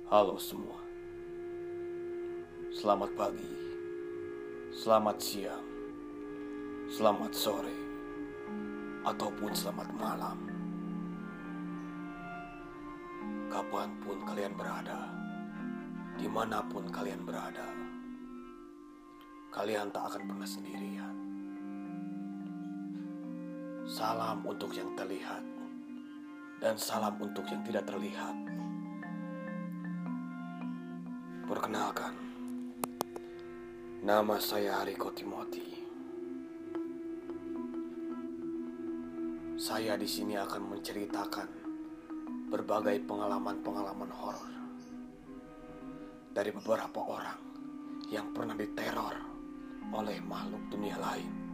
Halo semua, selamat pagi, selamat siang, selamat sore, ataupun selamat malam. Kapanpun kalian berada, dimanapun kalian berada, kalian tak akan pernah sendirian. Salam untuk yang terlihat, dan salam untuk yang tidak terlihat. Perkenalkan, nama saya Hariko Timothy. Saya di sini akan menceritakan berbagai pengalaman-pengalaman horor dari beberapa orang yang pernah diteror oleh makhluk dunia lain.